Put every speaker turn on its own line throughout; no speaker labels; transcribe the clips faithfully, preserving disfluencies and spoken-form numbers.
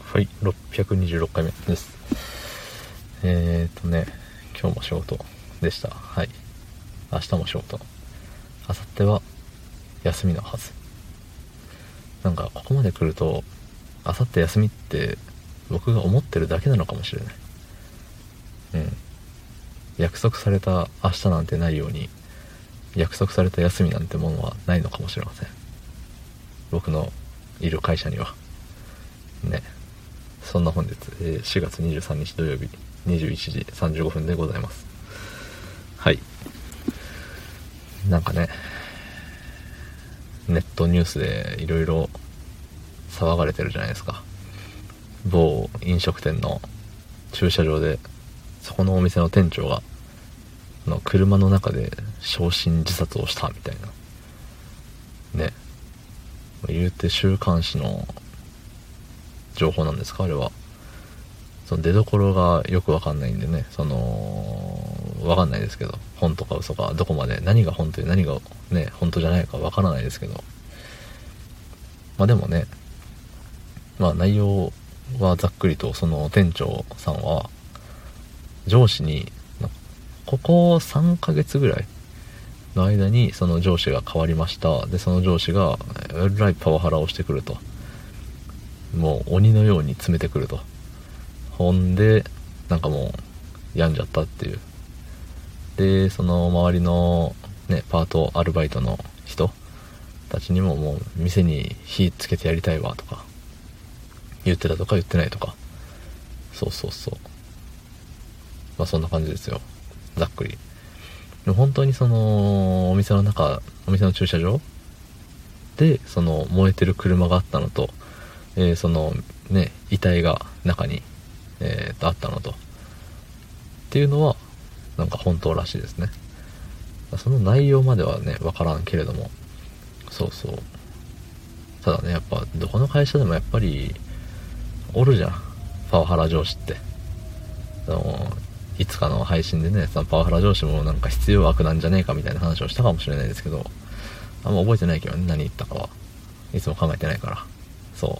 はい、ろっぴゃくにじゅうろっかいめです。えーとね、今日も仕事でした。はい。明日も仕事。明後日は休みのはず。なんかここまで来ると、明後日休みって僕が思ってるだけなのかもしれない。うん。約束された明日なんてないように、約束された休みなんてものはないのかもしれません。僕のいる会社には。ね。そんな本日、えー、しがつにじゅうさんにち土曜日にじゅういちじさんじゅうごふんでございます。はい。なんかね、ネットニュースでいろいろ騒がれてるじゃないですか。某飲食店の駐車場で、そこのお店の店長がの車の中で焼身自殺をしたみたいなね。言うて週刊誌の情報なんですか、あれは。その出所がよくわかんないんでね、そのわかんないですけど、本とか嘘かどこまで何が本当で何がね本当じゃないかわからないですけど、まあでもね、まあ内容はざっくりと、その店長さんは上司にここさんかげつぐらいの間にその上司が変わりました。でその上司がえらいパワハラをしてくると、もう鬼のように詰めてくると。ほんでなんかもう病んじゃったっていう。でその周りのねパートアルバイトの人たちにも、もう店に火つけてやりたいわとか言ってたとか言ってないとか、そうそうそう、まあそんな感じですよ、ざっくり。でも本当にそのお店の中、お店の駐車場でその燃えてる車があったのと、えー、そのね遺体が中に、えー、とあったのとっていうのはなんか本当らしいですね。その内容まではね分からんけれども、そうそう、ただね、やっぱどこの会社でもやっぱりおるじゃん、パワハラ上司って。あのいつかの配信でね、そのパワハラ上司もなんか必要悪なんじゃねえかみたいな話をしたかもしれないですけど、あんま覚えてないけどね、何言ったかは。いつも考えてないから。そう。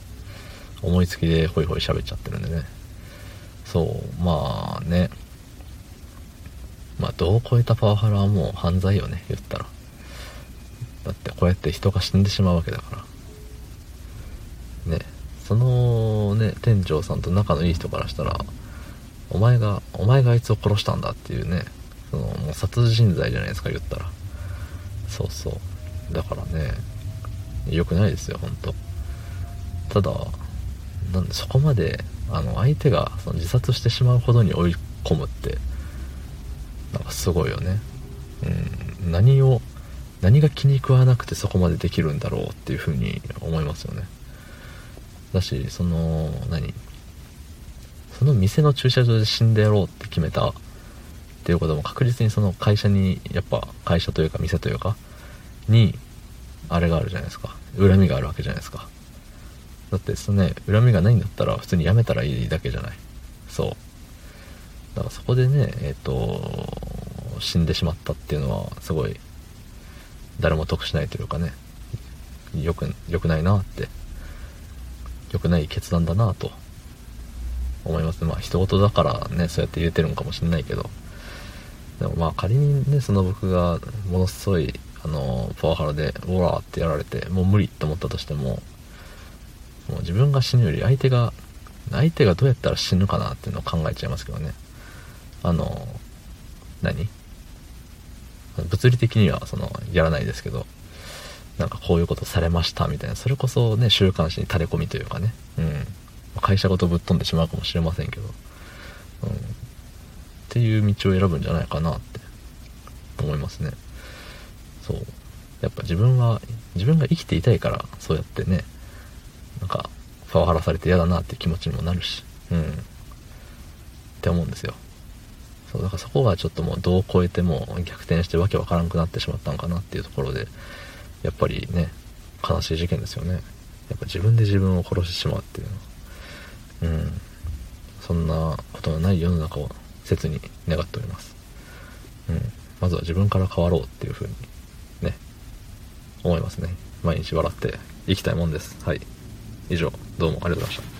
思いつきでホイホイ喋っちゃってるんでね。そう、まあね。まあ、度を超えたパワハラはもう犯罪よね、言ったら。だってこうやって人が死んでしまうわけだから。ね。そのね、店長さんと仲のいい人からしたら、お前が、お前があいつを殺したんだっていうね、その、もう殺人罪じゃないですか、言ったら。そうそう。だからね、良くないですよ、ほんと。ただ、なんでそこまで、あの、相手がその自殺してしまうほどに追い込むって、なんかすごいよね。うん、何を、何が気に食わなくてそこまでできるんだろうっていうふうに思いますよね。だし、その、何その店の駐車場で死んでやろうって決めたっていうことも確実にその会社に、やっぱ会社というか店というかにあれがあるじゃないですか、恨みがあるわけじゃないですか。だってそのね、恨みがないんだったら普通に辞めたらいいだけじゃない。そうだからそこでね、えっと死んでしまったっていうのはすごい誰も得しないというかね、よくよくないなって、よくない決断だなと思います。まあ人事だからね、そうやって言えてるのかもしれないけど、でもまあ仮にね、その僕がものすごいあのパワハラでオラーってやられてもう無理って思ったとしても、もう自分が死ぬより相手が相手がどうやったら死ぬかなっていうのを考えちゃいますけどね。あの何物理的にはそのやらないですけど、なんかこういうことされましたみたいな、それこそね週刊誌に垂れ込みというかね、うん会社ごとぶっ飛んでしまうかもしれませんけど、うん、っていう道を選ぶんじゃないかなって思いますね。そうやっぱ自分は自分が生きていたいから、そうやってね、なんかパワハラされて嫌だなって気持ちにもなるし、うんって思うんですよ。そうだからそこがちょっともう度を超えてもう逆転してわけわからんくなってしまったのかなっていうところで、やっぱりね悲しい事件ですよね。やっぱ自分で自分を殺してしまうっていうのは、うんそんなことのない世の中を切に願っております。うん、まずは自分から変わろうっていう風にね思いますね。毎日笑って生きたいもんです。はい、以上どうもありがとうございました。